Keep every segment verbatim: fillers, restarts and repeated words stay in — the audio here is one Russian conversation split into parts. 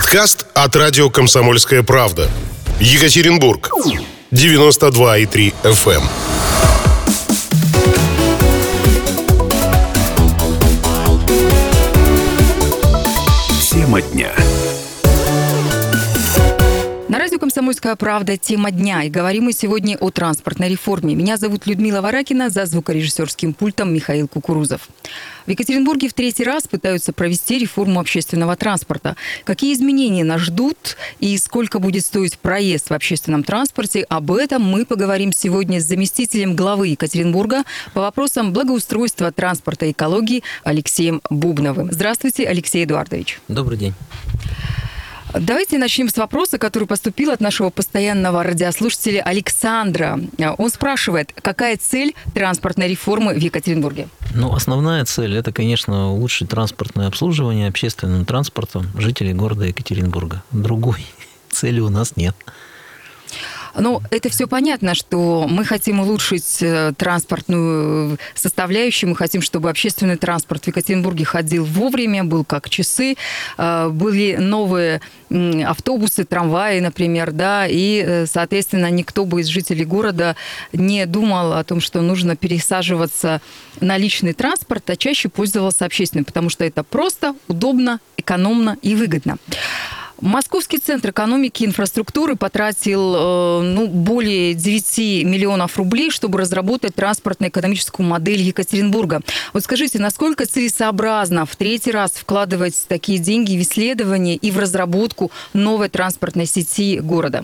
Подкаст от радио «Комсомольская правда». Екатеринбург. девяносто два и три эф эм. Тема дня. На радио «Комсомольская правда» тема дня. И говорим мы сегодня о транспортной реформе. Меня зовут Людмила Варакина, за звукорежиссерским пультом Михаил Кукурузов. В Екатеринбурге в третий раз пытаются провести реформу общественного транспорта. Какие изменения нас ждут и сколько будет стоить проезд в общественном транспорте? Об этом мы поговорим сегодня с заместителем главы Екатеринбурга по вопросам благоустройства, транспорта и экологии Алексеем Бубновым. Здравствуйте, Алексей Эдуардович. Добрый день. Давайте начнем с вопроса, который поступил от нашего постоянного радиослушателя Александра. Он спрашивает, какая цель транспортной реформы в Екатеринбурге? Ну, основная цель – это, конечно, улучшить транспортное обслуживание общественным транспортом жителей города Екатеринбурга. Другой цели у нас нет. Ну, это все понятно, что мы хотим улучшить транспортную составляющую, мы хотим, чтобы общественный транспорт в Екатеринбурге ходил вовремя, был как часы, были новые автобусы, трамваи, например, да, и, соответственно, никто бы из жителей города не думал о том, что нужно пересаживаться на личный транспорт, а чаще пользовался общественным, потому что это просто, удобно, экономно и выгодно. Московский центр экономики и инфраструктуры потратил ну, более девяти миллионов рублей, чтобы разработать транспортно-экономическую модель Екатеринбурга. Вот скажите, насколько целесообразно в третий раз вкладывать такие деньги в исследование и в разработку новой транспортной сети города?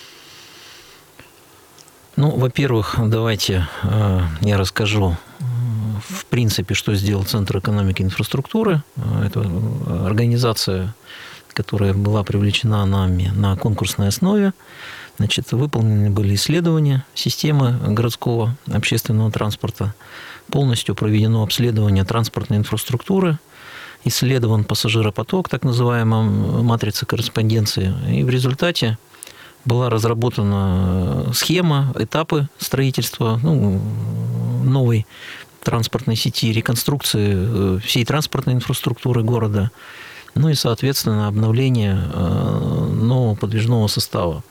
Ну, во-первых, давайте э, я расскажу, э, в принципе, что сделал Центр экономики и инфраструктуры. Это организация, которая была привлечена нами на конкурсной основе. Значит, выполнены были исследования системы городского общественного транспорта. Полностью проведено обследование транспортной инфраструктуры. Исследован пассажиропоток, так называемая матрица корреспонденции. И в результате была разработана схема, этапы строительства ну, новой транспортной сети, реконструкции всей транспортной инфраструктуры города. Ну и, соответственно, обновление нового подвижного состава.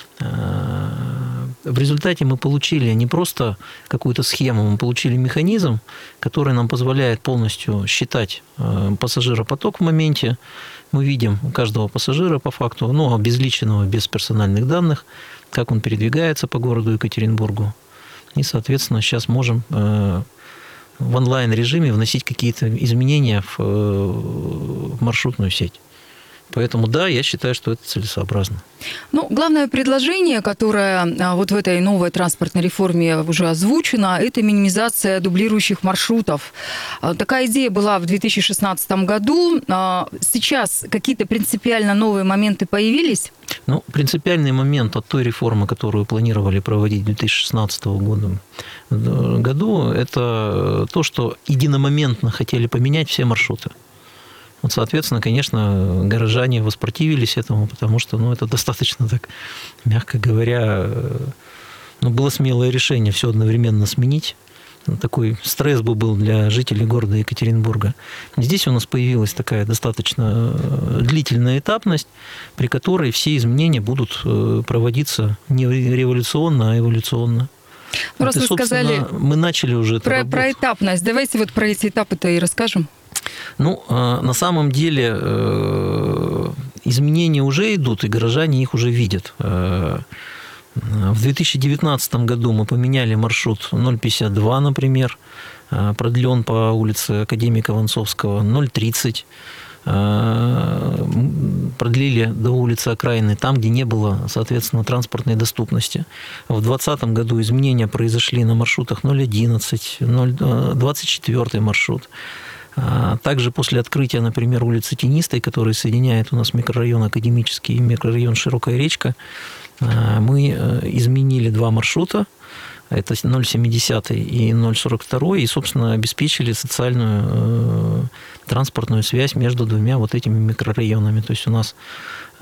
В результате мы получили не просто какую-то схему, мы получили механизм, который нам позволяет полностью считать пассажиропоток в моменте. Мы видим у каждого пассажира по факту, ну, обезличенного, без персональных данных, как он передвигается по городу Екатеринбургу. И, соответственно, сейчас можем в онлайн-режиме вносить какие-то изменения в, в маршрутную сеть. Поэтому, да, я считаю, что это целесообразно. Ну, главное предложение, которое вот в этой новой транспортной реформе уже озвучено, это минимизация дублирующих маршрутов. Такая идея была в две тысячи шестнадцатом году. Сейчас какие-то принципиально новые моменты появились? Ну, принципиальный момент от той реформы, которую планировали проводить в две тысячи шестнадцатом году, году, это то, что единомоментно хотели поменять все маршруты. Вот, соответственно, конечно, горожане воспротивились этому, потому что ну, это достаточно так, мягко говоря, ну, было смелое решение все одновременно сменить. Такой стресс бы был для жителей города Екатеринбурга. Здесь у нас появилась такая достаточно длительная этапность, при которой все изменения будут проводиться не революционно, а эволюционно. Ну, раз вот, вы и, сказали, мы начали уже про, про этапность. Давайте вот про эти этапы-то и расскажем. Ну, на самом деле изменения уже идут, и горожане их уже видят. В две тысячи девятнадцатом году мы поменяли маршрут ноль пятьдесят два, например, продлен по улице Академика Вонцовского, ноль тридцать, продлили до улицы Окраины, там, где не было, соответственно, транспортной доступности. В двадцатом году изменения произошли на маршрутах ноль одиннадцать, двадцать четвёртый маршрут. Также после открытия, например, улицы Тенистой, которая соединяет у нас микрорайон Академический и микрорайон Широкая речка, мы изменили два маршрута. Это ноль семьдесят и ноль сорок два, и, собственно, обеспечили социальную транспортную связь между двумя вот этими микрорайонами. То есть у нас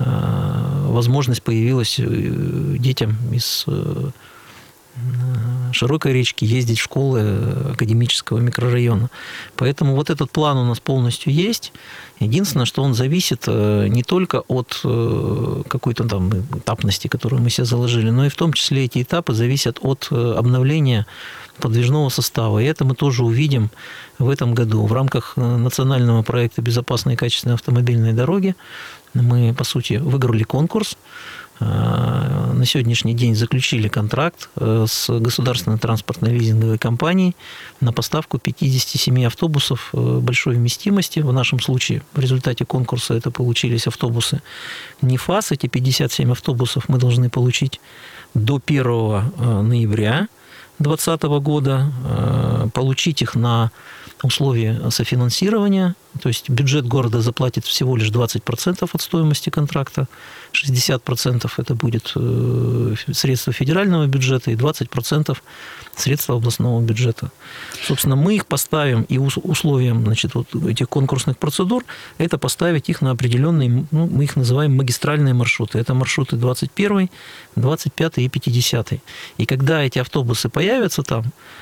возможность появилась детям из Широкой Речки ездить в школы академического микрорайона. Поэтому вот этот план у нас полностью есть. Единственное, что он зависит не только от какой-то там этапности, которую мы себе заложили, но и в том числе эти этапы зависят от обновления подвижного состава. И это мы тоже увидим в этом году. В рамках национального проекта «Безопасные и качественные автомобильные дороги» мы, по сути, выиграли конкурс. На сегодняшний день заключили контракт с государственной транспортной лизинговой компанией на поставку пятьдесят семь автобусов большой вместимости. В нашем случае в результате конкурса это получились автобусы НИФАС. Эти пятьдесят семь автобусов мы должны получить до первого ноября две тысячи двадцатого года, получить их на условия софинансирования, то есть бюджет города заплатит всего лишь двадцать процентов от стоимости контракта, шестьдесят процентов это будет средства федерального бюджета и двадцать процентов средства областного бюджета. Собственно, мы их поставим, и условием, значит, вот этих конкурсных процедур это поставить их на определенные, ну, мы их называем магистральные маршруты. Это маршруты двадцать первый, двадцать пятый и пятидесятый. И когда эти автобусы появятся там,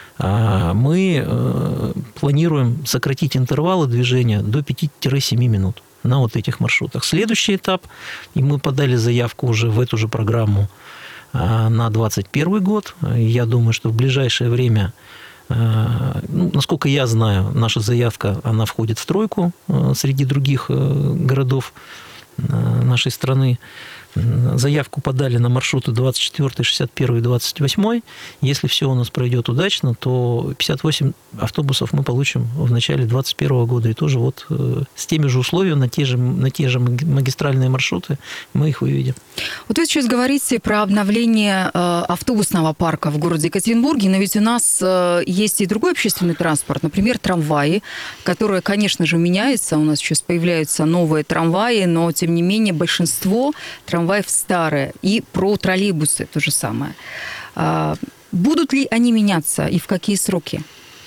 мы планируем сократить интервалы движения до пяти-семи минут на вот этих маршрутах. Следующий этап, и мы подали заявку уже в эту же программу на двадцать первый год. Я думаю, что в ближайшее время, ну, насколько я знаю, наша заявка, она входит в тройку среди других городов нашей страны. Заявку подали на маршруты двадцать четвёртый, шестьдесят первый, двадцать восьмой. Если все у нас пройдет удачно, то пятьдесят восемь автобусов мы получим в начале двадцать первого года. И тоже вот с теми же условиями, на те же, на те же магистральные маршруты мы их выведем. Вот вы сейчас говорите про обновление автобусного парка в городе Екатеринбурге, но ведь у нас есть и другой общественный транспорт, например, трамваи, которые, конечно же, меняются. У нас сейчас появляются новые трамваи, но, тем не менее, большинство трамваев Трамваев старые, и про троллейбусы то же самое. Будут ли они меняться и в какие сроки?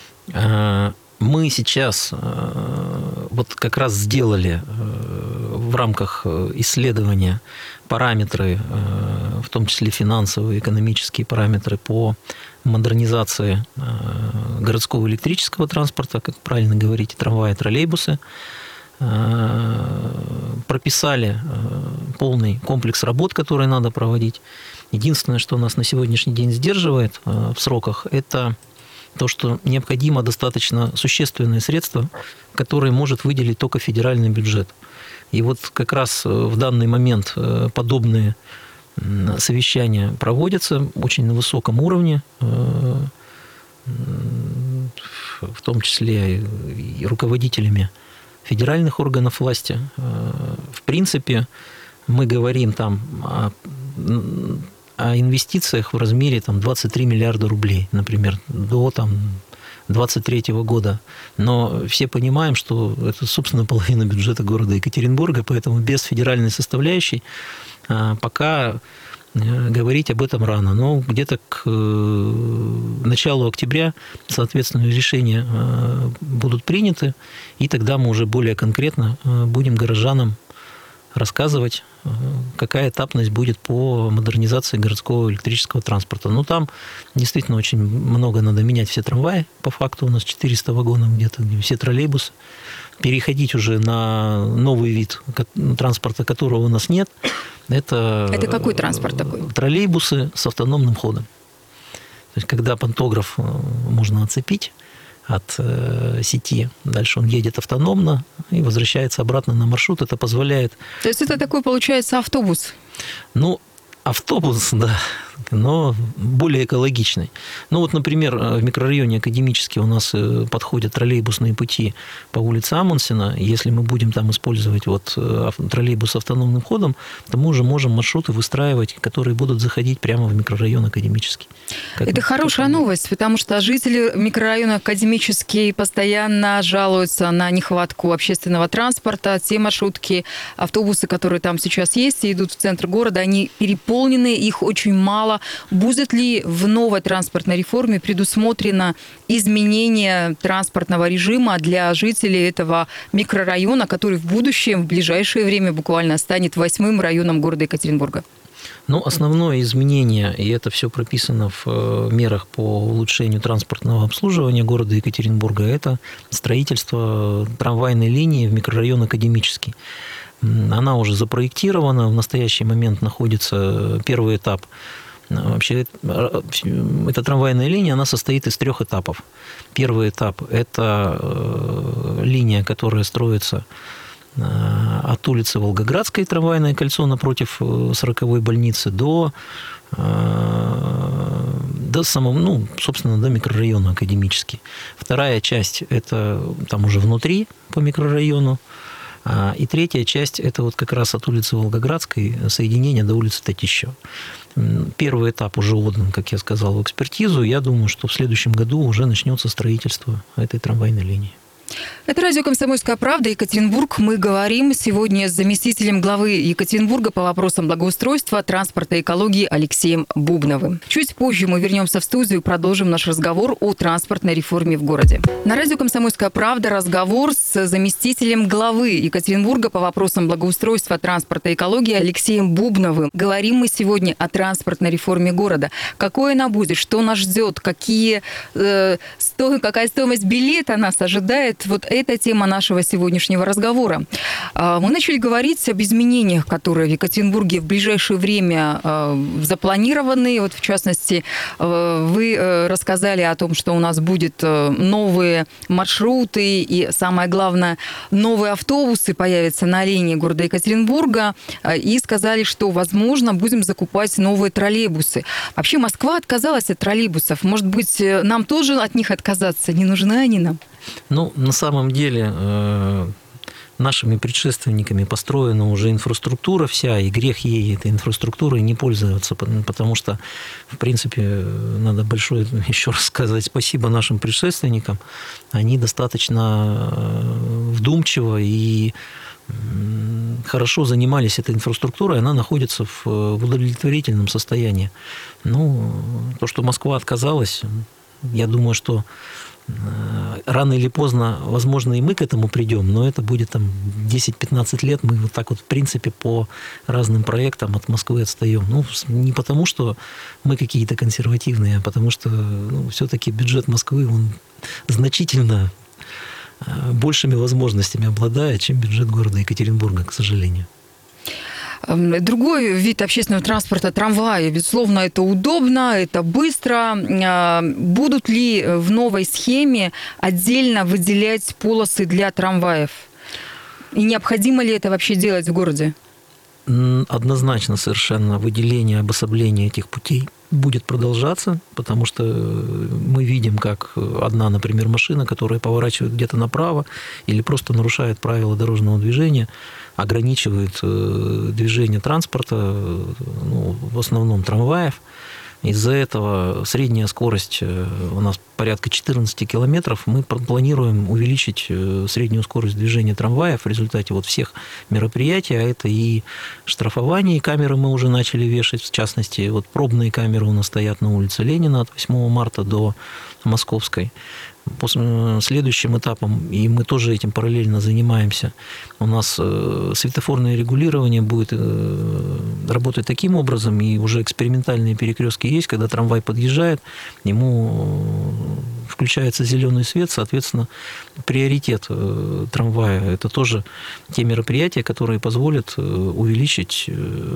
Мы сейчас вот как раз сделали в рамках исследования параметры, в том числе финансовые, экономические параметры по модернизации городского электрического транспорта, как правильно говорите, трамваи, троллейбусы. Прописали полный комплекс работ, которые надо проводить. Единственное, что нас на сегодняшний день сдерживает в сроках, это то, что необходимо достаточно существенные средства, которые может выделить только федеральный бюджет. И вот как раз в данный момент подобные совещания проводятся очень на высоком уровне, в том числе и руководителями федеральных органов власти. В принципе, мы говорим там о, о инвестициях в размере там, двадцать три миллиарда рублей, например, до там, двадцать третьего года. Но все понимаем, что это, собственно, половина бюджета города Екатеринбурга, поэтому без федеральной составляющей пока говорить об этом рано. Но где-то к началу октября, соответственно, решения будут приняты, и тогда мы уже более конкретно будем горожанам рассказывать, какая этапность будет по модернизации городского электрического транспорта. Ну, там действительно очень много надо менять все трамваи. По факту у нас четыреста вагонов где-то, все троллейбусы. Переходить уже на новый вид транспорта, которого у нас нет. Это, Это какой транспорт такой? Троллейбусы с автономным ходом. То есть, когда пантограф можно отцепить от сети, дальше он едет автономно и возвращается обратно на маршрут. Это позволяет... То есть это такой, получается, автобус? Ну, автобус, да, но более экологичный. Ну вот, например, в микрорайоне Академический у нас подходят троллейбусные пути по улице Амундсена. Если мы будем там использовать вот троллейбус с автономным ходом, то мы уже можем маршруты выстраивать, которые будут заходить прямо в микрорайон Академический. Как Это хорошая новость, потому что жители микрорайона Академический постоянно жалуются на нехватку общественного транспорта. Те маршрутки, автобусы, которые там сейчас есть и идут в центр города, они переполнены, их очень мало. Будет ли в новой транспортной реформе предусмотрено изменение транспортного режима для жителей этого микрорайона, который в будущем, в ближайшее время буквально станет восьмым районом города Екатеринбурга? Ну, основное изменение, и это все прописано в мерах по улучшению транспортного обслуживания города Екатеринбурга, это строительство трамвайной линии в микрорайон Академический. Она уже запроектирована, в настоящий момент находится первый этап. Вообще, эта трамвайная линия, она состоит из трех этапов. Первый этап – это линия, которая строится от улицы Волгоградской, трамвайное кольцо напротив сороковой больницы, до, до самого, ну, собственно, до микрорайона Академический. Вторая часть – это там уже внутри по микрорайону. И третья часть – это вот как раз от улицы Волгоградской соединение до улицы Татищева. Первый этап уже отдан, как я сказал, в экспертизу. Я думаю, что в следующем году уже начнется строительство этой трамвайной линии. Это радио «Комсомольская правда», Екатеринбург. Мы говорим сегодня с заместителем главы Екатеринбурга по вопросам благоустройства, транспорта и экологии Алексеем Бубновым. Чуть позже мы вернемся в студию и продолжим наш разговор о транспортной реформе в городе. На радио «Комсомольская правда» разговор с заместителем главы Екатеринбурга по вопросам благоустройства, транспорта и экологии Алексеем Бубновым. Говорим мы сегодня о транспортной реформе города. Какой она будет, что нас ждет, какие, э, сто, какая стоимость билета нас ожидает. Вот эта тема нашего сегодняшнего разговора. Мы начали говорить об изменениях, которые в Екатеринбурге в ближайшее время запланированы. Вот, в частности, вы рассказали о том, что у нас будут новые маршруты и, самое главное, новые автобусы появятся на линии города Екатеринбурга. И сказали, что, возможно, будем закупать новые троллейбусы. Вообще, Москва отказалась от троллейбусов. Может быть, нам тоже от них отказаться? Не нужны они нам? Ну, на самом деле, э, нашими предшественниками построена уже инфраструктура вся, и грех ей этой инфраструктурой не пользоваться, потому что, в принципе, надо большое еще раз сказать спасибо нашим предшественникам. Они достаточно вдумчиво и хорошо занимались этой инфраструктурой, она находится в удовлетворительном состоянии. Ну, то, что Москва отказалась, я думаю, что рано или поздно, возможно, и мы к этому придем, но это будет там десять-пятнадцать лет. Мы вот так вот, в принципе, по разным проектам от Москвы отстаем. Ну, не потому, что мы какие-то консервативные, а потому что, ну, все-таки бюджет Москвы, он значительно большими возможностями обладает, чем бюджет города Екатеринбурга, к сожалению. Другой вид общественного транспорта – трамваи. Безусловно, это удобно, это быстро. Будут ли в новой схеме отдельно выделять полосы для трамваев? И необходимо ли это вообще делать в городе? Однозначно совершенно выделение, обособление этих путей будет продолжаться, потому что мы видим, как одна, например, машина, которая поворачивает где-то направо или просто нарушает правила дорожного движения, ограничивает движение транспорта, ну, в основном трамваев. Из-за этого средняя скорость у нас порядка четырнадцать километров. Мы планируем увеличить среднюю скорость движения трамваев в результате вот всех мероприятий. А это и штрафование, и камеры мы уже начали вешать. В частности, вот пробные камеры у нас стоят на улице Ленина от восьмого марта до Московской. Следующим этапом, и мы тоже этим параллельно занимаемся, у нас светофорное регулирование будет работать таким образом, и уже экспериментальные перекрестки есть, когда трамвай подъезжает, ему включается зеленый свет, соответственно, приоритет трамвая – это тоже те мероприятия, которые позволят увеличить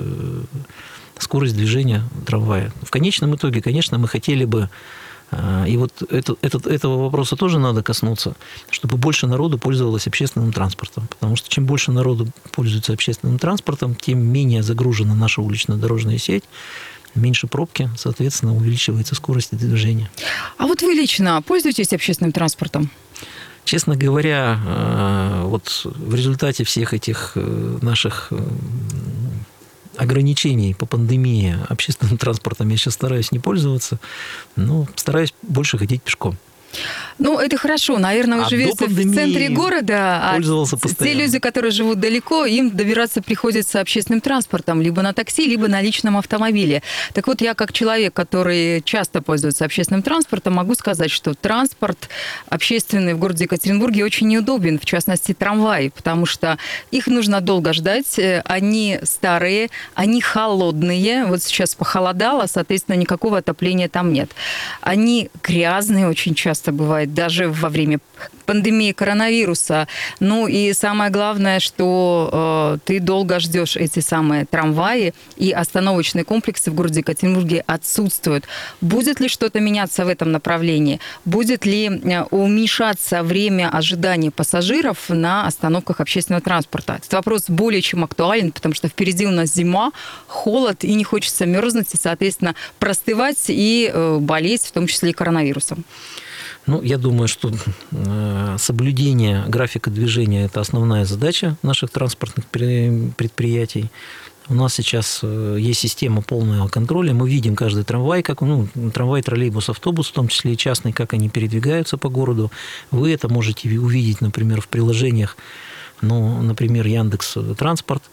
скорость движения трамвая. В конечном итоге, конечно, мы хотели бы, и вот это, это, этого вопроса тоже надо коснуться, чтобы больше народу пользовалось общественным транспортом. Потому что чем больше народу пользуется общественным транспортом, тем менее загружена наша улично-дорожная сеть, меньше пробки, соответственно, увеличивается скорость движения. А вот вы лично пользуетесь общественным транспортом? Честно говоря, вот в результате всех этих наших ограничений по пандемии общественным транспортом я сейчас стараюсь не пользоваться, но стараюсь больше ходить пешком. Ну, это хорошо. Наверное, вы А живете в центре города, а те люди, которые живут далеко, им добираться приходится общественным транспортом, либо на такси, либо на личном автомобиле. Так вот, я как человек, который часто пользуется общественным транспортом, могу сказать, что транспорт общественный в городе Екатеринбурге очень неудобен, в частности, трамваи, потому что их нужно долго ждать, они старые, они холодные, вот сейчас похолодало, соответственно, никакого отопления там нет. Они грязные очень часто бывает, даже во время пандемии коронавируса. Ну и самое главное, что э, ты долго ждешь эти самые трамваи, и остановочные комплексы в городе Екатеринбурге отсутствуют. Будет ли что-то меняться в этом направлении? Будет ли уменьшаться время ожидания пассажиров на остановках общественного транспорта? Этот вопрос более чем актуален, потому что впереди у нас зима, холод, и не хочется мерзнуть, и, соответственно, простывать и э, болеть, в том числе и коронавирусом. Ну, я думаю, что соблюдение графика движения – это основная задача наших транспортных предприятий. У нас сейчас есть система полного контроля. Мы видим каждый трамвай, как, ну, трамвай, троллейбус, автобус, в том числе и частный, как они передвигаются по городу. Вы это можете увидеть, например, в приложениях, ну, например, Яндекс.Транспорт.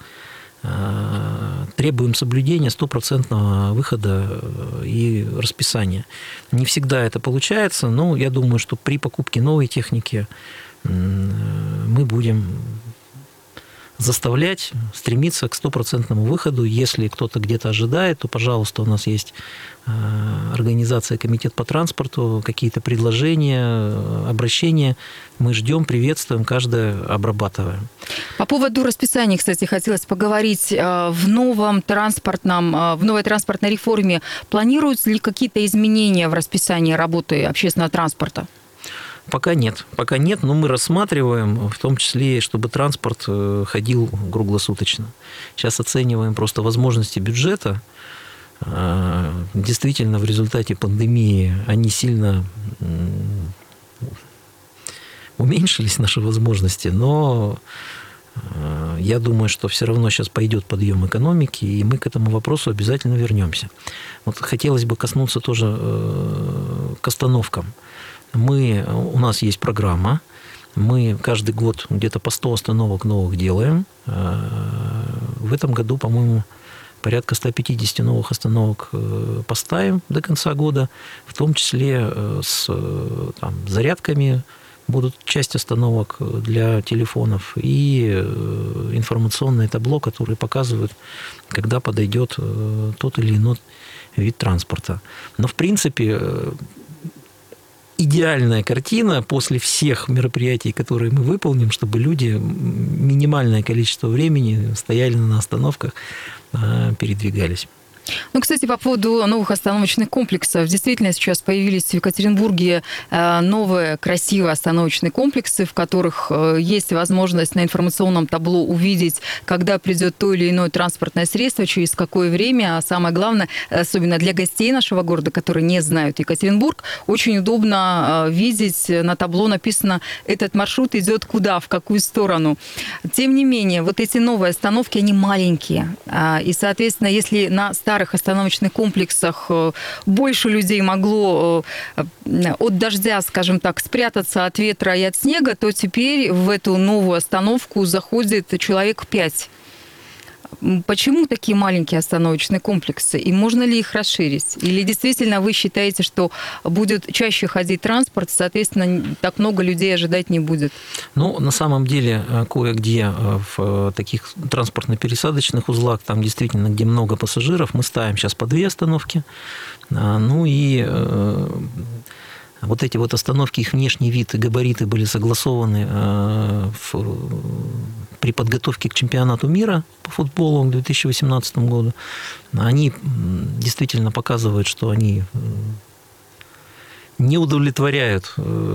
Требуем соблюдения стопроцентного выхода и расписания. Не всегда это получается, но я думаю, что при покупке новой техники мы будем заставлять стремиться к стопроцентному выходу. Если кто-то где-то ожидает, то, пожалуйста, у нас есть организация «Комитет по транспорту», какие-то предложения, обращения. Мы ждем, приветствуем, каждое обрабатываем. По поводу расписания, кстати, хотелось поговорить. В новом транспортном, в новой транспортной реформе планируются ли какие-то изменения в расписании работы общественного транспорта? Пока нет. Пока нет, но мы рассматриваем, в том числе, чтобы транспорт ходил круглосуточно. Сейчас оцениваем просто возможности бюджета. Действительно, в результате пандемии они сильно уменьшились, наши возможности, но я думаю, что все равно сейчас пойдет подъем экономики, и мы к этому вопросу обязательно вернемся. Вот хотелось бы коснуться тоже к остановкам. Мы, у нас есть программа, мы каждый год где-то по сто остановок новых делаем. В этом году, по-моему, порядка ста пятидесяти новых остановок поставим до конца года, в том числе с там, зарядками будут часть остановок для телефонов и информационное табло, которое показывает, когда подойдет тот или иной вид транспорта. Но, в принципе, идеальная картина после всех мероприятий, которые мы выполним, чтобы люди минимальное количество времени стояли на остановках, передвигались. Ну, кстати, по поводу новых остановочных комплексов. Действительно, сейчас появились в Екатеринбурге новые красивые остановочные комплексы, в которых есть возможность на информационном табло увидеть, когда придет то или иное транспортное средство, через какое время. А самое главное, особенно для гостей нашего города, которые не знают Екатеринбург, очень удобно видеть, на табло написано, этот маршрут идет куда, в какую сторону. Тем не менее, вот эти новые остановки, они маленькие. И, соответственно, если на старых остановочных комплексах больше людей могло от дождя, скажем так, спрятаться от ветра и от снега, то теперь в эту новую остановку заходит человек пять. Почему такие маленькие остановочные комплексы? И можно ли их расширить? Или действительно вы считаете, что будет чаще ходить транспорт, соответственно, так много людей ожидать не будет? Ну, на самом деле, кое-где в таких транспортно-пересадочных узлах, там действительно, где много пассажиров, мы ставим сейчас по две остановки. Ну и вот эти вот остановки, их внешний вид и габариты были согласованы в, при подготовке к чемпионату мира по футболу к две тысячи восемнадцатому году. Они действительно показывают, что они не удовлетворяют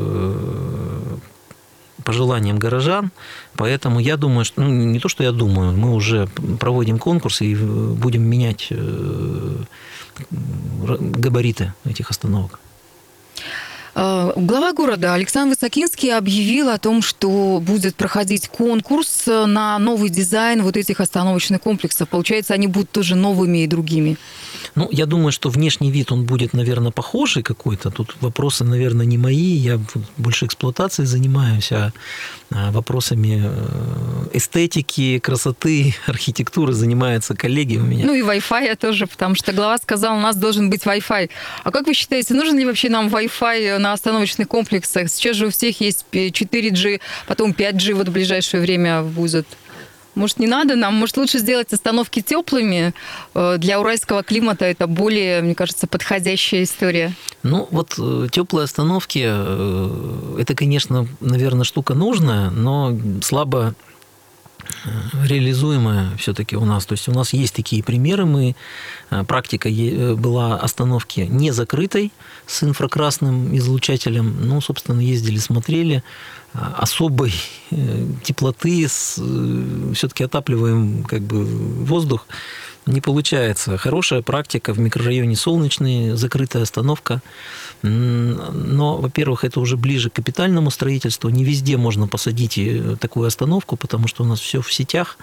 пожеланиям горожан, поэтому я думаю, что, ну, не то, что я думаю, мы уже проводим конкурс и будем менять габариты этих остановок. Глава города Александр Высокинский объявил о том, что будет проходить конкурс на новый дизайн вот этих остановочных комплексов. Получается, они будут тоже новыми и другими. Ну, я думаю, что внешний вид, он будет, наверное, похожий какой-то. Тут вопросы, наверное, не мои. Я больше эксплуатацией занимаюсь, а вопросами эстетики, красоты, архитектуры занимаются коллеги у меня. Ну и Wi-Fi тоже, потому что глава сказал, у нас должен быть Wi-Fi. А как вы считаете, нужен ли вообще нам Wi-Fi на остановочных комплексах? Сейчас же у всех есть четыре джи, потом пять джи вот в ближайшее время будет. Может, не надо нам? Может, лучше сделать остановки теплыми? Для уральского климата это более, мне кажется, подходящая история. Ну, вот теплые остановки, это, конечно, наверное, штука нужная, но слабо реализуемая все-таки у нас. То есть у нас есть такие примеры. Мы, практика была остановки не закрытой с инфракрасным излучателем. Ну, собственно, ездили, смотрели. Особой теплоты, все-таки отапливаем как бы воздух, не получается. Хорошая практика в микрорайоне Солнечный, закрытая остановка. Но, во-первых, это уже ближе к капитальному строительству. Не везде можно посадить такую остановку, потому что у нас все в сетях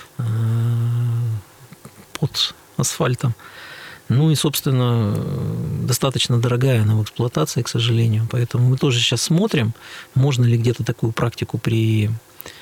под асфальтом. Ну и, собственно, достаточно дорогая она в эксплуатации, к сожалению. Поэтому мы тоже сейчас смотрим, можно ли где-то такую практику при...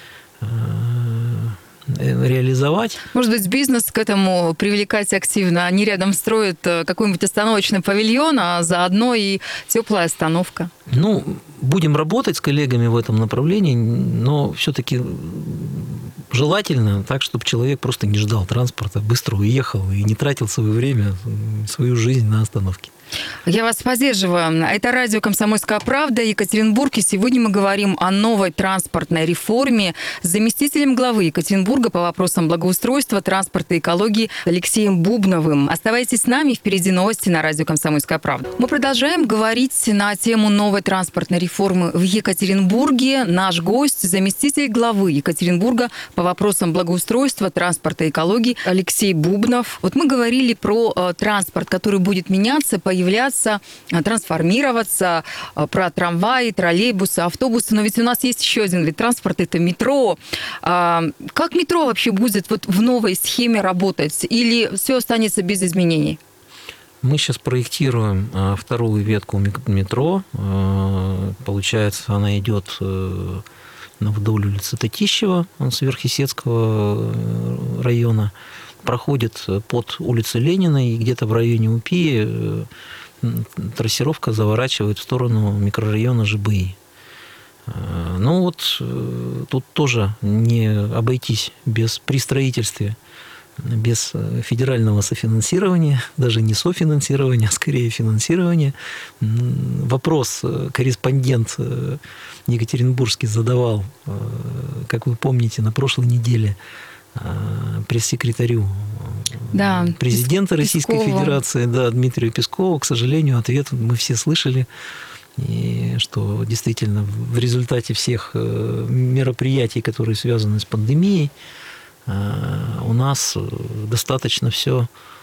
реализовать. Может быть, бизнес к этому привлекать активно. Они рядом строят какой-нибудь остановочный павильон, а заодно и теплая остановка. Ну, будем работать с коллегами в этом направлении, но все-таки желательно так, чтобы человек просто не ждал транспорта, быстро уехал и не тратил свое время, свою жизнь на остановке. Я вас поддерживаю. Это радио «Комсомольская правда», Екатеринбург. И сегодня мы говорим о новой транспортной реформе с заместителем главы Екатеринбурга по вопросам благоустройства, транспорта и экологии Алексеем Бубновым. Оставайтесь с нами. Впереди новости на радио «Комсомольская правда». Мы продолжаем говорить на тему новой транспортной реформы в Екатеринбурге. Наш гость – заместитель главы Екатеринбурга по вопросам благоустройства, транспорта и экологии Алексей Бубнов. Вот мы говорили про транспорт, который будет меняться, по появляться, трансформироваться, про трамваи, троллейбусы, автобусы. Но ведь у нас есть еще один вид транспорта, это метро. Как метро вообще будет вот в новой схеме работать? Или все останется без изменений? Мы сейчас проектируем вторую ветку метро. Получается, она идет вдоль улицы Татищева, Сверхесецкого района, проходит под улицей Ленина, и где-то в районе УПИ трассировка заворачивает в сторону микрорайона ЖБИ. Ну вот тут тоже не обойтись без при строительстве, без федерального софинансирования, даже не софинансирования, а скорее финансирования. Вопрос корреспондент екатеринбургский задавал, как вы помните, на прошлой неделе пресс-секретарю да, президента Российской Пескова. Федерации, да, Дмитрию Пескову. К сожалению, ответ мы все слышали, и что действительно в результате всех мероприятий, которые связаны с пандемией, у нас достаточно все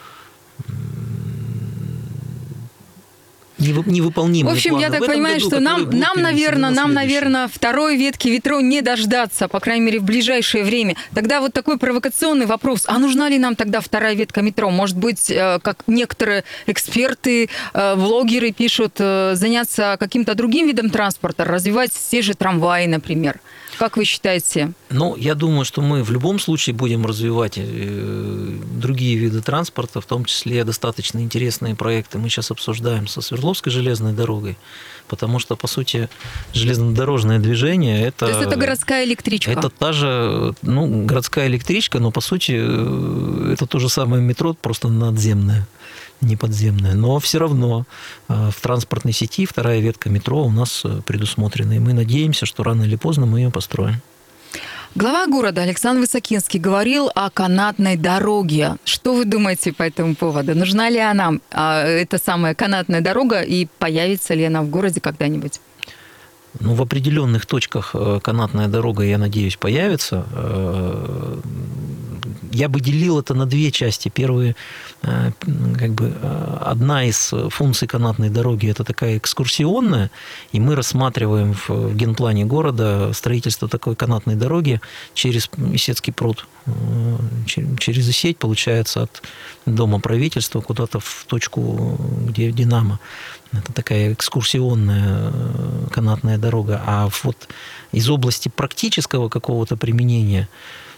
невыполнимые. В общем, планы. я так в понимаю, году, что нам, нам наверное, нам, наверное, второй ветки метро не дождаться, по крайней мере, в ближайшее время. Тогда вот такой провокационный вопрос. А нужна ли нам тогда вторая ветка метро? Может быть, как некоторые эксперты, влогеры пишут, заняться каким-то другим видом транспорта, развивать те же трамваи, например? Как вы считаете? Ну, я думаю, что мы в любом случае будем развивать другие виды транспорта, в том числе достаточно интересные проекты. Мы сейчас обсуждаем со Свердловской железной дорогой, потому что, по сути, железнодорожное движение – это… То есть это городская электричка? Это та же, ну, городская электричка, но, по сути, это то же самое метро, просто надземное, не подземное. Но все равно в транспортной сети вторая ветка метро у нас предусмотрена. И мы надеемся, что рано или поздно мы ее построим. Глава города Александр Высокинский говорил о канатной дороге. Что вы думаете по этому поводу? Нужна ли она, эта самая канатная дорога, и появится ли она в городе когда-нибудь? Ну, в определенных точках канатная дорога, я надеюсь, появится. я бы делил это на две части. Первые, как бы, одна из функций канатной дороги – это такая экскурсионная, и мы рассматриваем в генплане города строительство такой канатной дороги через Исетский пруд, через Исеть, получается, от Дома правительства куда-то в точку, где Динамо. Это такая экскурсионная канатная дорога. А вот из области практического какого-то применения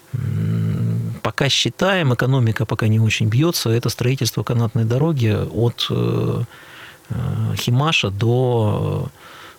пока считаем, экономика пока не очень бьется, это строительство канатной дороги от Химаша до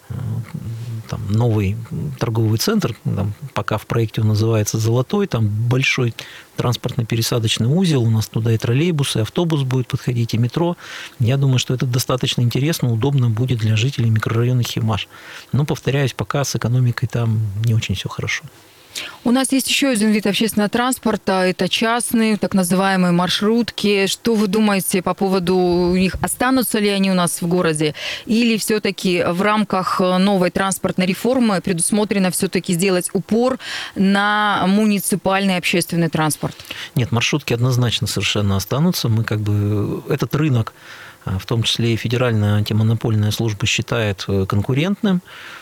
там, новый торговый центр, там, пока в проекте он называется «Золотой», там большой транспортно-пересадочный узел, у нас туда и троллейбусы, и автобус будет подходить, и метро. Я думаю, что это достаточно интересно, удобно будет для жителей микрорайона Химаш. Но, повторяюсь, пока с экономикой там не очень все хорошо. У нас есть еще один вид общественного транспорта, это частные, так называемые маршрутки. Что вы думаете по поводу них? Останутся ли они у нас в городе? Или все-таки в рамках новой транспортной реформы предусмотрено все-таки сделать упор на муниципальный общественный транспорт? Нет, маршрутки однозначно совершенно останутся. Мы как бы этот рынок, в том числе и Федеральная антимонопольная служба, считает конкурентным,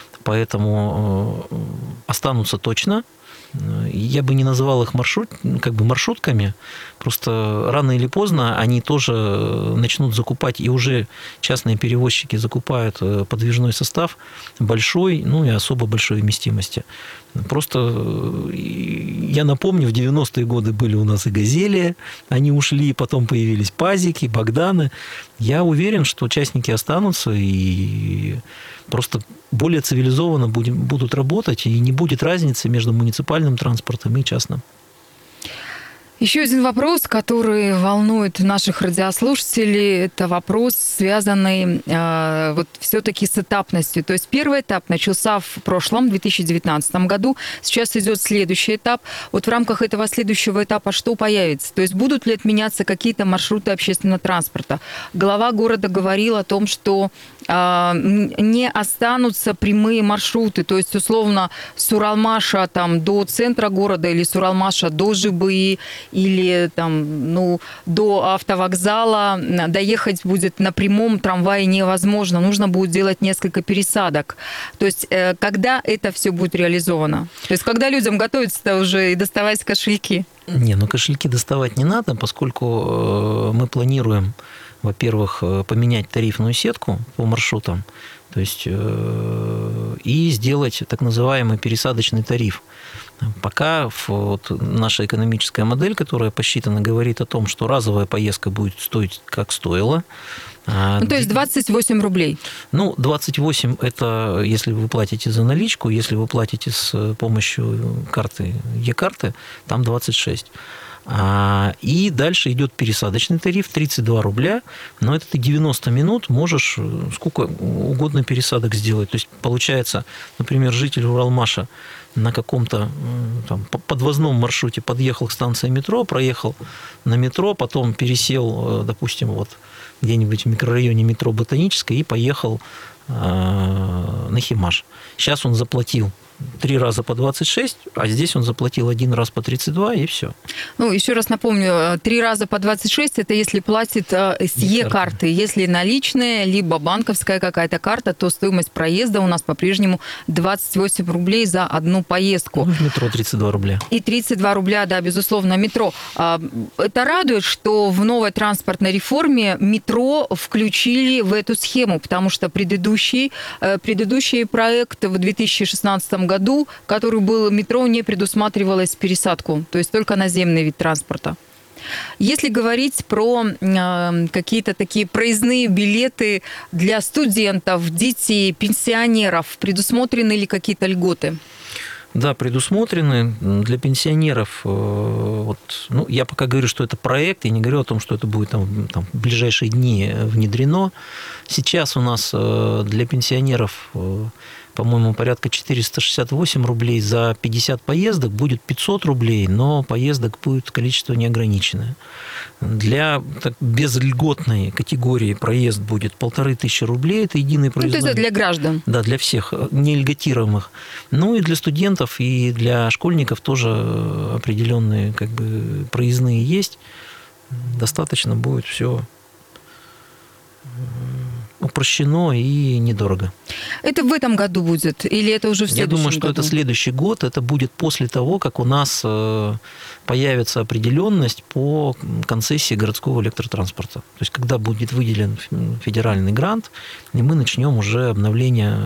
поэтому останутся точно. Я бы не называл их маршрут, как бы маршрутками, просто рано или поздно они тоже начнут закупать, и уже частные перевозчики закупают подвижной состав большой, ну и особо большой вместимости. Просто я напомню, в девяностые годы были у нас и «Газели», они ушли, потом появились «Пазики», «Богданы». Я уверен, что частники останутся и просто более цивилизованно будут работать, и не будет разницы между муниципальным транспортом и частным. Еще один вопрос, который волнует наших радиослушателей, это вопрос, связанный э, вот все-таки с этапностью. То есть первый этап начался в прошлом, две тысячи девятнадцатом году, сейчас идет следующий этап. Вот в рамках этого следующего этапа что появится? То есть будут ли отменяться какие-то маршруты общественного транспорта? Глава города говорил о том, что э, не останутся прямые маршруты, то есть условно с Уралмаша там, до центра города или с Уралмаша до Жибы, или там, ну, до автовокзала доехать будет на прямом трамвае невозможно. Нужно будет делать несколько пересадок. То есть когда это все будет реализовано? То есть когда людям готовиться-то уже и доставать кошельки? Не, ну кошельки доставать не надо, поскольку мы планируем, во-первых, поменять тарифную сетку по маршрутам, то есть и сделать так называемый пересадочный тариф. Пока вот наша экономическая модель, которая посчитана, говорит о том, что разовая поездка будет стоить, как стоила. Ну, то есть двадцать восемь рублей. Ну, двадцать восемь – это если вы платите за наличку, если вы платите с помощью карты Е-карты, там двадцать шесть. И дальше идет пересадочный тариф, тридцать два рубля, но это ты девяносто минут можешь сколько угодно пересадок сделать. То есть, получается, например, житель Уралмаша на каком-то там, подвозном маршруте подъехал к станции метро, проехал на метро, потом пересел, допустим, вот где-нибудь в микрорайоне метро Ботаническое и поехал на Химаш. Сейчас он заплатил три раза по двадцать шесть, а здесь он заплатил один раз по тридцать два, и все. Ну, еще раз напомню, три раза по двадцать шесть – это если платит с Е-карты. Если наличная, либо банковская какая-то карта, то стоимость проезда у нас по-прежнему двадцать восемь рублей за одну поездку. Ну, в метро тридцать два рубля. И тридцать два рубля, да, безусловно, метро. Это радует, что в новой транспортной реформе метро включили в эту схему, потому что предыдущий, предыдущий проект в две тысячи шестнадцатом году, который был метро, не предусматривалось пересадку, то есть только наземный вид транспорта. Если говорить про э, какие-то такие проездные билеты для студентов, детей, пенсионеров, предусмотрены ли какие-то льготы? Да, предусмотрены. Для пенсионеров, вот, ну, я пока говорю, что это проект, я не говорю о том, что это будет там, там, в ближайшие дни внедрено. Сейчас у нас для пенсионеров по-моему, порядка четыреста шестьдесят восемь рублей за пятьдесят поездок, будет пятьсот рублей, но поездок будет количество неограниченное. Для так, безльготной категории проезд будет полторы тысячи рублей, это единый проездной. Ну, то есть это для граждан? Да, для всех, не льготируемых. Ну и для студентов, и для школьников тоже определенные как бы проездные есть. Достаточно будет все упрощено и недорого. Это в этом году будет? Или это уже в следующем году? Я думаю, что году? это следующий год. Это будет после того, как у нас появится определенность по концессии городского электротранспорта. То есть, когда будет выделен федеральный грант, и мы начнем уже обновление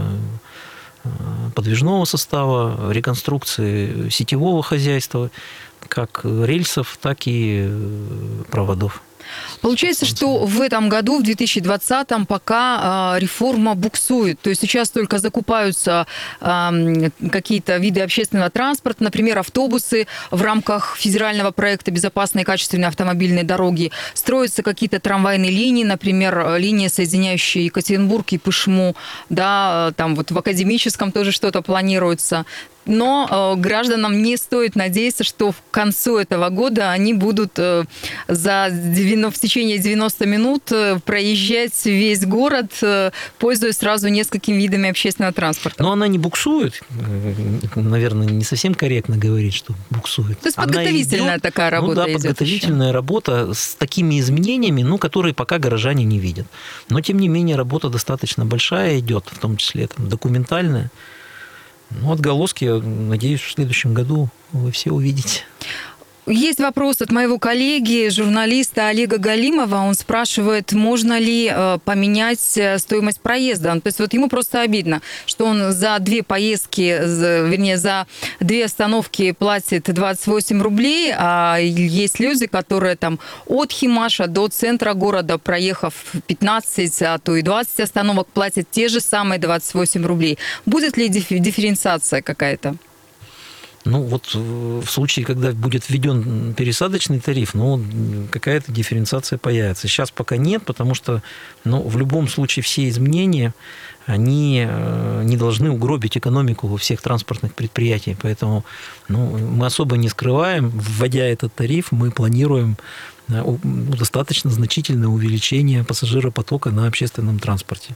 подвижного состава, реконструкции сетевого хозяйства, как рельсов, так и проводов. Получается, что в этом году, в две тысячи двадцатом, пока э, реформа буксует. То есть сейчас только закупаются э, какие-то виды общественного транспорта, например, автобусы в рамках федерального проекта «Безопасные и качественные автомобильные дороги». Строятся какие-то трамвайные линии, например, линия, соединяющая Екатеринбург и Пышму. Да, там вот в Академическом тоже что-то планируется. Но э, гражданам не стоит надеяться, что к концу этого года они будут э, за девяносто, в течение девяноста минут э, проезжать весь город, э, пользуясь сразу несколькими видами общественного транспорта. Но она не буксует. Наверное, не совсем корректно говорить, что буксует. То есть подготовительная идет, такая работа. Ну да, идет подготовительная еще. работа с такими изменениями, ну, которые пока горожане не видят. Но, тем не менее, работа достаточно большая идет, в том числе там, документальная. Ну, отголоски, я надеюсь, в следующем году вы все увидите. Есть вопрос от моего коллеги, журналиста Олега Галимова. Он спрашивает, можно ли э, поменять стоимость проезда. То есть вот ему просто обидно, что он за две поездки, за, вернее, за две остановки платит двадцать восемь рублей, а есть люди, которые там от Химаша до центра города, проехав пятнадцать, а то и двадцать остановок, платят те же самые двадцать восемь рублей. Будет ли дифференциация какая-то? Ну, вот в случае, когда будет введен пересадочный тариф, ну, какая-то дифференциация появится. Сейчас пока нет, потому что, ну, в любом случае все изменения, они не должны угробить экономику во всех транспортных предприятиях. Поэтому, ну, мы особо не скрываем, вводя этот тариф, мы планируем достаточно значительное увеличение пассажиропотока на общественном транспорте.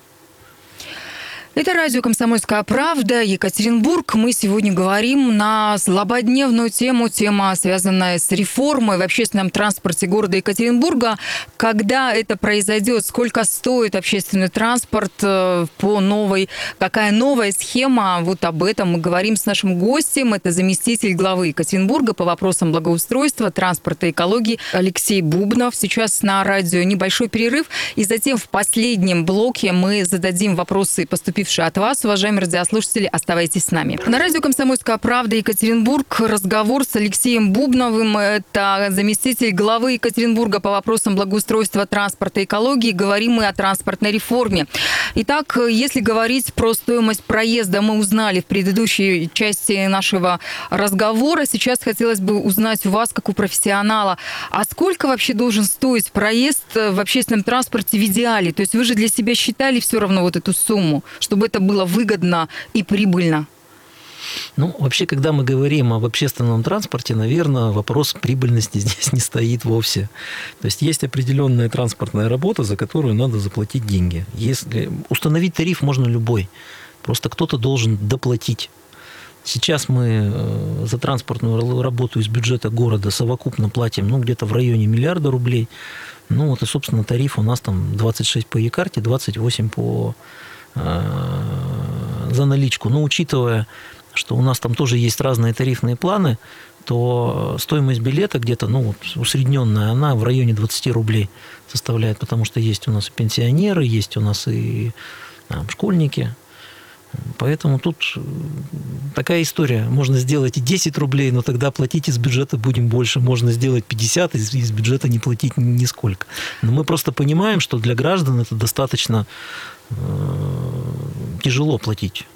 Это радио «Комсомольская правда», Екатеринбург. Мы сегодня говорим на злободневную тему, тема, связанная с реформой в общественном транспорте города Екатеринбурга. Когда это произойдет, сколько стоит общественный транспорт по новой, какая новая схема, вот об этом мы говорим с нашим гостем. Это заместитель главы Екатеринбурга по вопросам благоустройства, транспорта и экологии Алексей Бубнов. Сейчас на радио небольшой перерыв, и затем в последнем блоке мы зададим вопросы, поступившие от вас, уважаемые радиослушатели. Оставайтесь с нами. На радио «Комсомольская правда» Екатеринбург разговор с Алексеем Бубновым. Это заместитель главы Екатеринбурга по вопросам благоустройства, транспорта и экологии. Говорим мы о транспортной реформе. Итак, если говорить про стоимость проезда, мы узнали в предыдущей части нашего разговора. Сейчас хотелось бы узнать у вас, как у профессионала, а сколько вообще должен стоить проезд в общественном транспорте в идеале? То есть вы же для себя считали все равно вот эту сумму, чтобы это было выгодно и прибыльно? Ну, вообще, когда мы говорим об общественном транспорте, наверное, вопрос прибыльности здесь не стоит вовсе. То есть есть определенная транспортная работа, за которую надо заплатить деньги. Если установить тариф можно любой, просто кто-то должен доплатить. Сейчас мы за транспортную работу из бюджета города совокупно платим, ну, где-то в районе миллиарда рублей. Ну, вот и, собственно, тариф у нас там двадцать шесть по Е-карте, двадцать восемь по за наличку. Но учитывая, что у нас там тоже есть разные тарифные планы, то стоимость билета где-то, ну, вот, усредненная, она в районе двадцать рублей составляет, потому что есть у нас и пенсионеры, есть у нас и там, школьники. Поэтому тут такая история. Можно сделать и десять рублей, но тогда платить из бюджета будем больше. Можно сделать пятьдесят, из, из бюджета не платить нисколько. Но мы просто понимаем, что для граждан это достаточно э, тяжело платить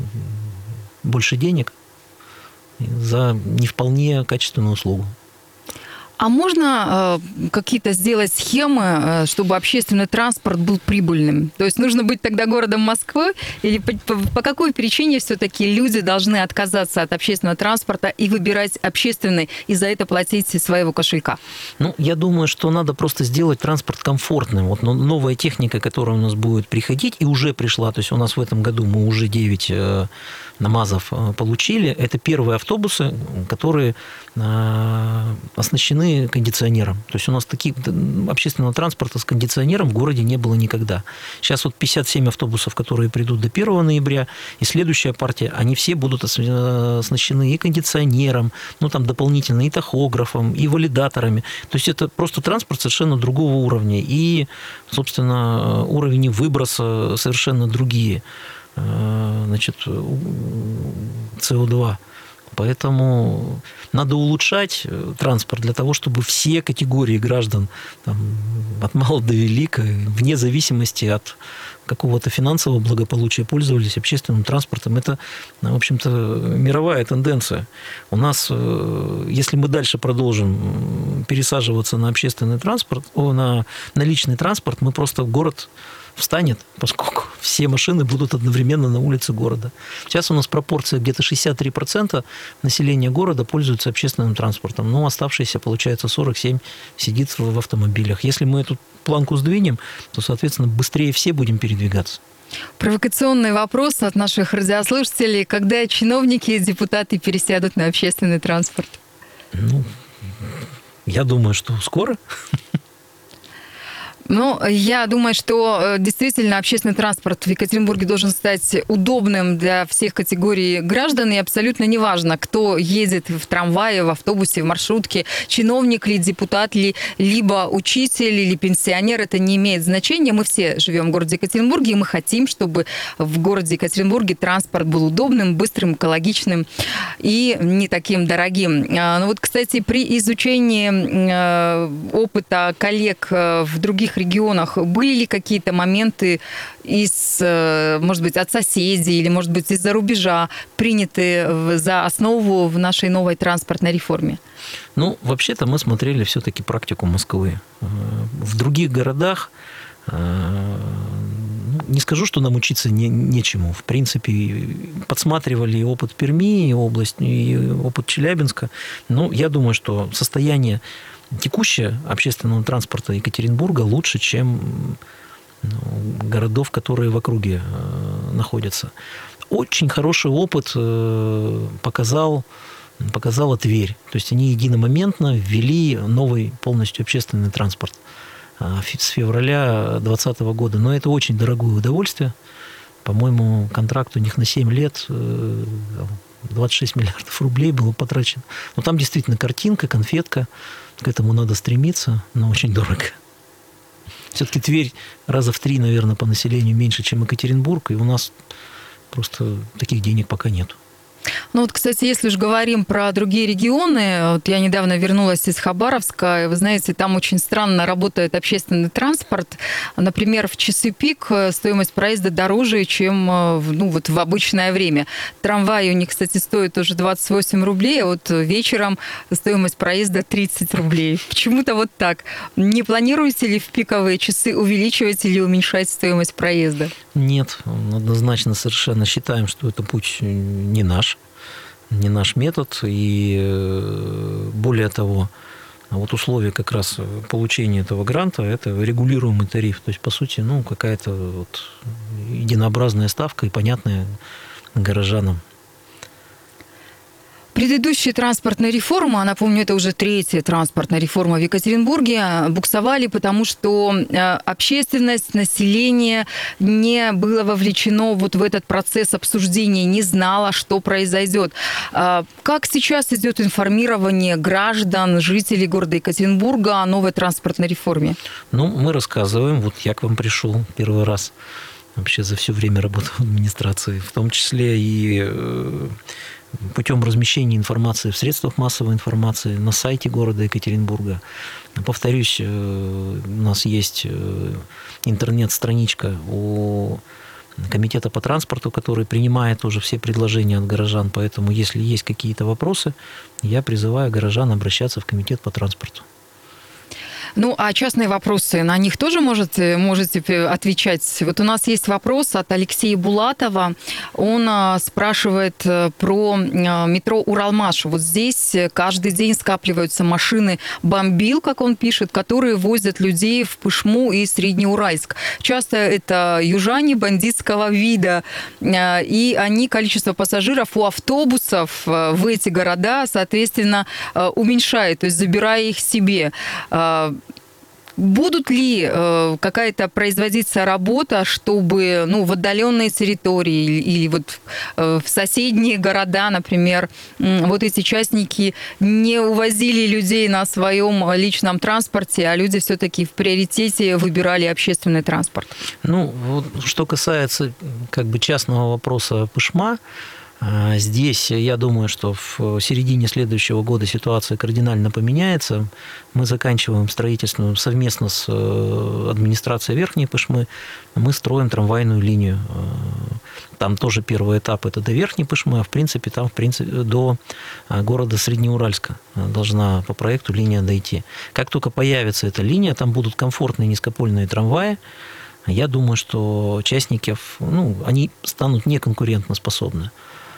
больше денег за не вполне качественную услугу. А можно э, какие-то сделать схемы, э, чтобы общественный транспорт был прибыльным? То есть нужно быть тогда городом Москвы? Или по, по, по какой причине все-таки люди должны отказаться от общественного транспорта и выбирать общественный, и за это платить из своего кошелька? Ну, я думаю, что надо просто сделать транспорт комфортным. Вот новая техника, которая у нас будет приходить, и уже пришла, то есть у нас в этом году мы уже девять э, НАМАЗов получили. Это первые автобусы, которые э, оснащены кондиционером. То есть у нас таких общественного транспорта с кондиционером в городе не было никогда. Сейчас вот пятьдесят семь автобусов, которые придут до первого ноября, и следующая партия, они все будут оснащены и кондиционером, ну там дополнительно и тахографом, и валидаторами. То есть это просто транспорт совершенно другого уровня. И, собственно, уровни выброса совершенно другие. Значит, С О два. Поэтому надо улучшать транспорт для того, чтобы все категории граждан, там, от мала до велика, вне зависимости от какого-то финансового благополучия, пользовались общественным транспортом. Это, в общем-то, мировая тенденция. У нас, если мы дальше продолжим пересаживаться на общественный транспорт, на, на личный транспорт, мы просто город встанет, поскольку все машины будут одновременно на улице города. Сейчас у нас пропорция где-то шестьдесят три процента населения города пользуются общественным транспортом, но оставшиеся, получается, сорок семь процентов сидит в автомобилях. Если мы эту планку сдвинем, то, соответственно, быстрее все будем передвигаться. Провокационный вопрос от наших радиослушателей. Когда чиновники и депутаты пересядут на общественный транспорт? Ну, я думаю, что скоро. Ну, я думаю, что действительно общественный транспорт в Екатеринбурге должен стать удобным для всех категорий граждан, и абсолютно неважно, кто едет в трамвае, в автобусе, в маршрутке, чиновник ли, депутат ли, либо учитель или пенсионер, это не имеет значения. Мы все живем в городе Екатеринбурге, и мы хотим, чтобы в городе Екатеринбурге транспорт был удобным, быстрым, экологичным и не таким дорогим. Ну вот, кстати, при изучении опыта коллег в других регионах были ли какие-то моменты из, может быть, от соседей или, может быть, из-за рубежа приняты за основу в нашей новой транспортной реформе? Ну, вообще-то мы смотрели все-таки практику Москвы. В других городах, не скажу, что нам учиться не, нечему. В принципе, подсматривали и опыт Перми, и область, и опыт Челябинска. Но я думаю, что состояние текущее общественного транспорта Екатеринбурга лучше, чем ну, городов, которые в округе э, находятся. Очень хороший опыт э, показал, показала Тверь. То есть они единомоментно ввели новый полностью общественный транспорт э, с февраля две тысячи двадцатого года. Но это очень дорогое удовольствие. По-моему, контракт у них на семь лет э, двадцать шесть миллиардов рублей было потрачено. Но там действительно картинка, конфетка. К этому надо стремиться, но очень дорого. Все-таки Тверь раза в три, наверное, по населению меньше, чем Екатеринбург, и у нас просто таких денег пока нет. Ну вот, кстати, если уж говорим про другие регионы, вот я недавно вернулась из Хабаровска, и вы знаете, там очень странно работает общественный транспорт. Например, в часы пик стоимость проезда дороже, чем ну, вот в обычное время. Трамвай у них, кстати, стоит уже двадцать восемь рублей, а вот вечером стоимость проезда тридцать рублей. Почему-то вот так. Не планируете ли в пиковые часы увеличивать или уменьшать стоимость проезда? Нет, однозначно совершенно считаем, что это путь не наш. Не наш метод, и более того, вот условия как раз получения этого гранта – это регулируемый тариф, то есть, по сути, ну, какая-то вот единообразная ставка и понятная горожанам. Предыдущие транспортные реформы, а напомню, это уже третья транспортная реформа в Екатеринбурге, буксовали, потому что общественность, население не было вовлечено вот в этот процесс обсуждения, не знало, что произойдет. Как сейчас идет информирование граждан, жителей города Екатеринбурга о новой транспортной реформе? Ну, мы рассказываем. Вот я к вам пришел первый раз вообще за все время работы в администрации, в том числе и путем размещения информации в средствах массовой информации, на сайте города Екатеринбурга. Повторюсь, у нас есть интернет-страничка о комитета по транспорту, который принимает уже все предложения от горожан. Поэтому, если есть какие-то вопросы, я призываю горожан обращаться в комитет по транспорту. Ну, а частные вопросы, на них тоже можете, можете отвечать? Вот у нас есть вопрос от Алексея Булатова. Он спрашивает про метро Уралмаш. Вот здесь каждый день скапливаются машины бомбил, как он пишет, которые возят людей в Пышму и Среднеуральск. Часто это южане бандитского вида. И они, количество пассажиров у автобусов в эти города, соответственно, уменьшает, то есть забирая их себе. Будут ли э, какая-то производиться работа, чтобы ну, в отдаленные территории или, или вот э, в соседние города, например, э, вот эти частники не увозили людей на своем личном транспорте, а люди все-таки в приоритете выбирали общественный транспорт? Ну, вот, что касается как бы частного вопроса Пышма, здесь, я думаю, что в середине следующего года ситуация кардинально поменяется. Мы заканчиваем строительство совместно с администрацией Верхней Пышмы. Мы строим трамвайную линию. Там тоже первый этап – это до Верхней Пышмы, а в принципе там в принципе, до города Среднеуральска должна по проекту линия дойти. Как только появится эта линия, там будут комфортные низкопольные трамваи. Я думаю, что частники, ну, они станут неконкурентоспособны.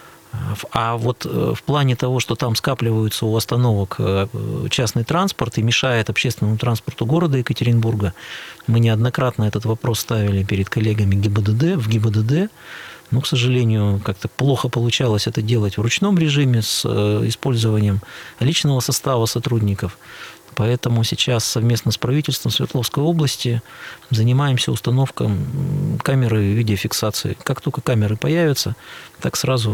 А вот в плане того, что там скапливаются у остановок частный транспорт и мешает общественному транспорту города Екатеринбурга, мы неоднократно этот вопрос ставили перед коллегами ГИБДД, в ГИБДД. Но, к сожалению, как-то плохо получалось это делать в ручном режиме с использованием личного состава сотрудников. Поэтому сейчас совместно с правительством Свердловской области занимаемся установкой камеры видеофиксации. Как только камеры появятся, так сразу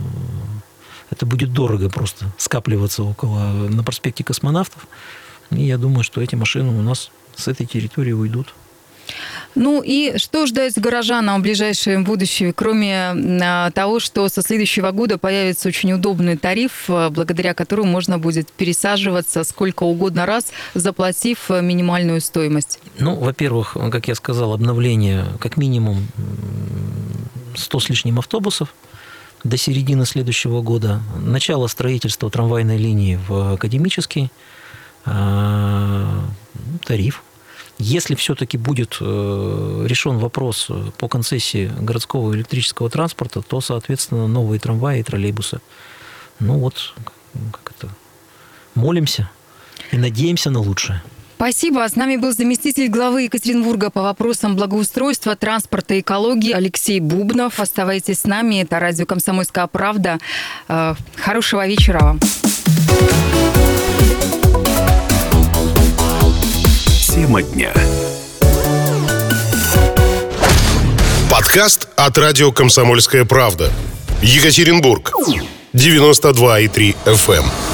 это будет дорого просто скапливаться около на проспекте Космонавтов. И я думаю, что эти машины у нас с этой территории уйдут. Ну и что ждать горожанам в ближайшем будущем, кроме того, что со следующего года появится очень удобный тариф, благодаря которому можно будет пересаживаться сколько угодно раз, заплатив минимальную стоимость? Ну, во-первых, как я сказал, обновление как минимум сто с лишним автобусов до середины следующего года, начало строительства трамвайной линии в Академический, тариф. Если все-таки будет решен вопрос по концессии городского электрического транспорта, то, соответственно, новые трамваи и троллейбусы. Ну вот, как это, молимся и надеемся на лучшее. Спасибо. С нами был заместитель главы Екатеринбурга по вопросам благоустройства, транспорта и экологии Алексей Бубнов. Оставайтесь с нами. Это радио «Комсомольская правда». Хорошего вечера вам. Тема дня. Подкаст от радио «Комсомольская правда». Екатеринбург. девяносто два и три эф эм.